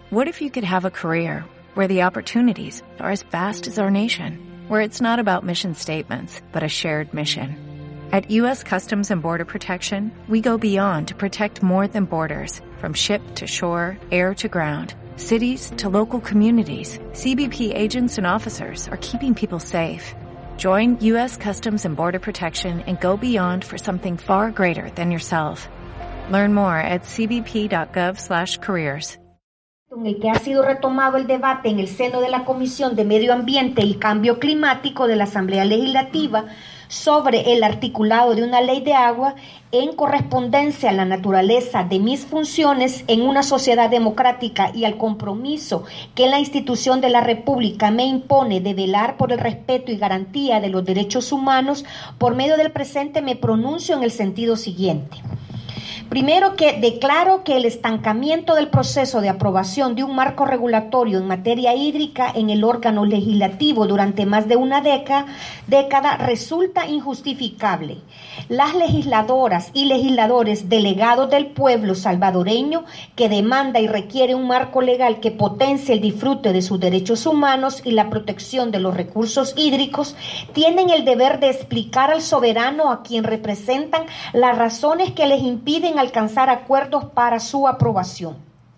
What if you could have a career where the opportunities are as vast as our nation, where it's not about mission statements, but a shared mission? At U.S. Customs and Border Protection, we go beyond to protect more than borders, from ship to shore, air to ground, cities to local communities. CBP agents and officers are keeping people safe. Join U.S. Customs and Border Protection and go beyond for something far greater than yourself. Learn more at cbp.gov/careers. En el que ha sido retomado el debate en el seno de la Comisión de Medio Ambiente y Cambio Climático de la Asamblea Legislativa sobre el articulado de una ley de agua en correspondencia a la naturaleza de mis funciones en una sociedad democrática y al compromiso que la institución de la República me impone de velar por el respeto y garantía de los derechos humanos, por medio del presente me pronuncio en el sentido siguiente. Primero, que declaro que el estancamiento del proceso de aprobación de un marco regulatorio en materia hídrica en el órgano legislativo durante más de una década resulta injustificable. Las legisladoras y legisladores delegados del pueblo salvadoreño, que demanda y requiere un marco legal que potencie el disfrute de sus derechos humanos y la protección de los recursos hídricos, tienen el deber de explicar al soberano a quien representan las razones que les impiden alcanzar acuerdos para su aprobación.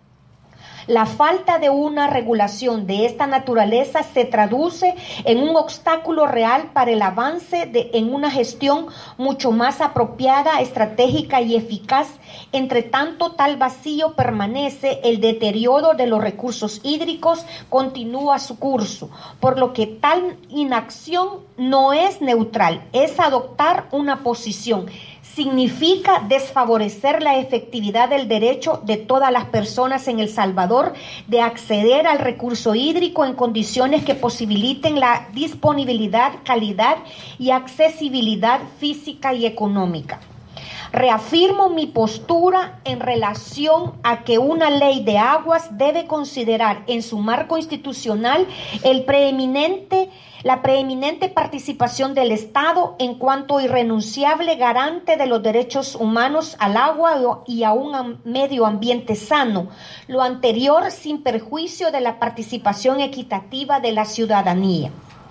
La falta de una regulación de esta naturaleza se traduce en un obstáculo real para el avance en una gestión mucho más apropiada, estratégica y eficaz. Entre tanto, tal vacío permanece, el deterioro de los recursos hídricos continúa su curso, por lo que tal inacción no es neutral, es adoptar una posición. Significa desfavorecer la efectividad del derecho de todas las personas en El Salvador de acceder al recurso hídrico en condiciones que posibiliten la disponibilidad, calidad y accesibilidad física y económica. Reafirmo mi postura en relación a que una ley de aguas debe considerar en su marco institucional la preeminente participación del Estado en cuanto irrenunciable garante de los derechos humanos al agua y a un medio ambiente sano, lo anterior sin perjuicio de la participación equitativa de la ciudadanía.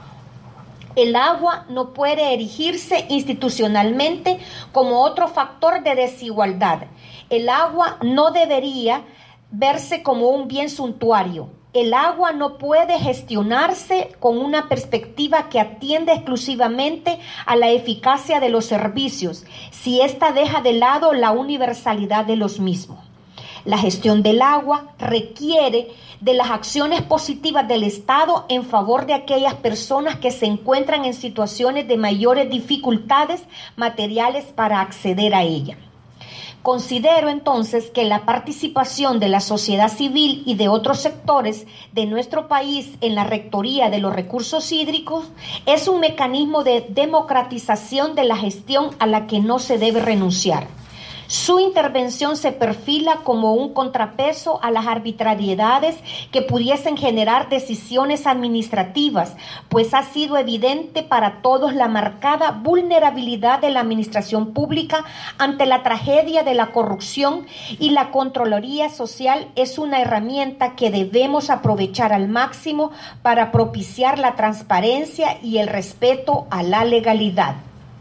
El agua no puede erigirse institucionalmente como otro factor de desigualdad. El agua no debería verse como un bien suntuario. El agua no puede gestionarse con una perspectiva que atiende exclusivamente a la eficacia de los servicios, si ésta deja de lado la universalidad de los mismos. La gestión del agua requiere de las acciones positivas del Estado en favor de aquellas personas que se encuentran en situaciones de mayores dificultades materiales para acceder a ella. Considero entonces que la participación de la sociedad civil y de otros sectores de nuestro país en la rectoría de los recursos hídricos es un mecanismo de democratización de la gestión a la que no se debe renunciar. Su intervención se perfila como un contrapeso a las arbitrariedades que pudiesen generar decisiones administrativas, pues ha sido evidente para todos la marcada vulnerabilidad de la administración pública ante la tragedia de la corrupción, y la Contraloría Social es una herramienta que debemos aprovechar al máximo para propiciar la transparencia y el respeto a la legalidad.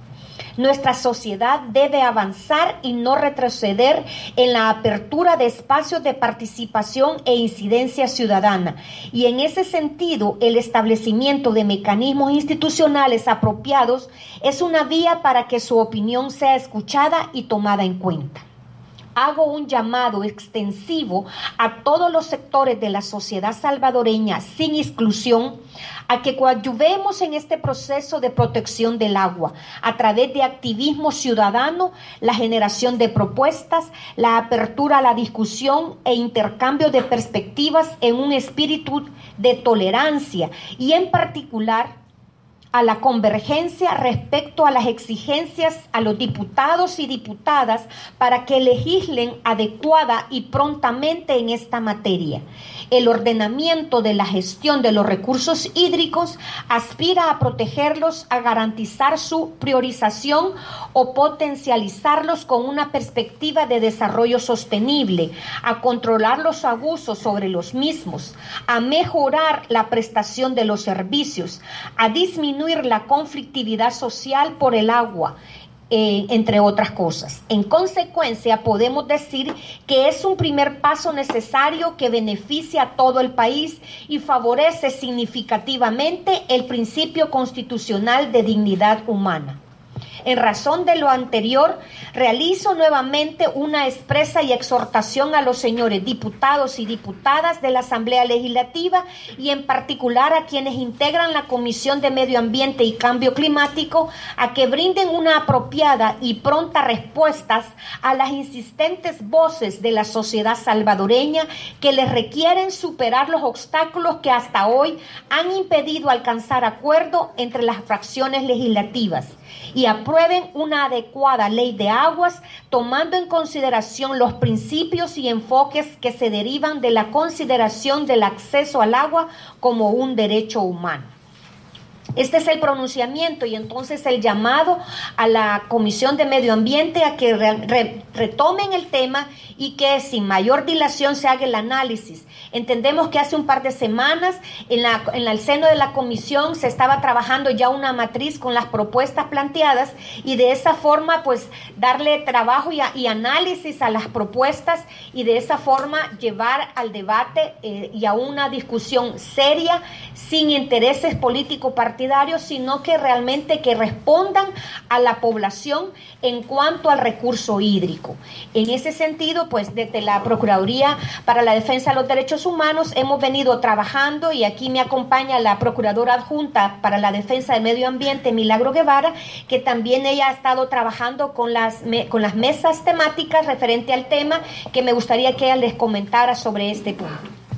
Nuestra sociedad debe avanzar y no retroceder en la apertura de espacios de participación e incidencia ciudadana, y en ese sentido el establecimiento de mecanismos institucionales apropiados es una vía para que su opinión sea escuchada y tomada en cuenta. Hago un llamado extensivo a todos los sectores de la sociedad salvadoreña, sin exclusión, a que coadyuvemos en este proceso de protección del agua a través de activismo ciudadano, la generación de propuestas, la apertura a la discusión e intercambio de perspectivas en un espíritu de tolerancia, y en particular a la convergencia respecto a las exigencias a los diputados y diputadas para que legislen adecuada y prontamente en esta materia. El ordenamiento de la gestión de los recursos hídricos aspira a protegerlos, a garantizar su priorización o potencializarlos con una perspectiva de desarrollo sostenible, a controlar los abusos sobre los mismos, a mejorar la prestación de los servicios, a disminuir la conflictividad social por el agua, entre otras cosas. En consecuencia, podemos decir que es un primer paso necesario que beneficia a todo el país y favorece significativamente el principio constitucional de dignidad humana. En razón de lo anterior, realizo nuevamente una expresa y exhortación a los señores diputados y diputadas de la Asamblea Legislativa y en particular a quienes integran la Comisión de Medio Ambiente y Cambio Climático a que brinden una apropiada y pronta respuesta a las insistentes voces de la sociedad salvadoreña que les requieren superar los obstáculos que hasta hoy han impedido alcanzar acuerdo entre las fracciones legislativas y aprueben una adecuada ley de aguas, tomando en consideración los principios y enfoques que se derivan de la consideración del acceso al agua como un derecho humano. Este es el pronunciamiento y entonces el llamado a la Comisión de Medio Ambiente a que retomen el tema y que sin mayor dilación se haga el análisis. Entendemos que hace un par de semanas en el seno de la comisión se estaba trabajando ya una matriz con las propuestas planteadas y de esa forma pues darle trabajo y análisis a las propuestas y de esa forma llevar al debate y a una discusión seria sin intereses políticos partidarios, sino que realmente que respondan a la población en cuanto al recurso hídrico. En ese sentido, pues desde la Procuraduría para la Defensa de los Derechos Humanos hemos venido trabajando y aquí me acompaña la Procuradora Adjunta para la Defensa del Medio Ambiente, Milagro Guevara, que también ella ha estado trabajando con las mesas temáticas referente al tema, que me gustaría que ella les comentara sobre este punto.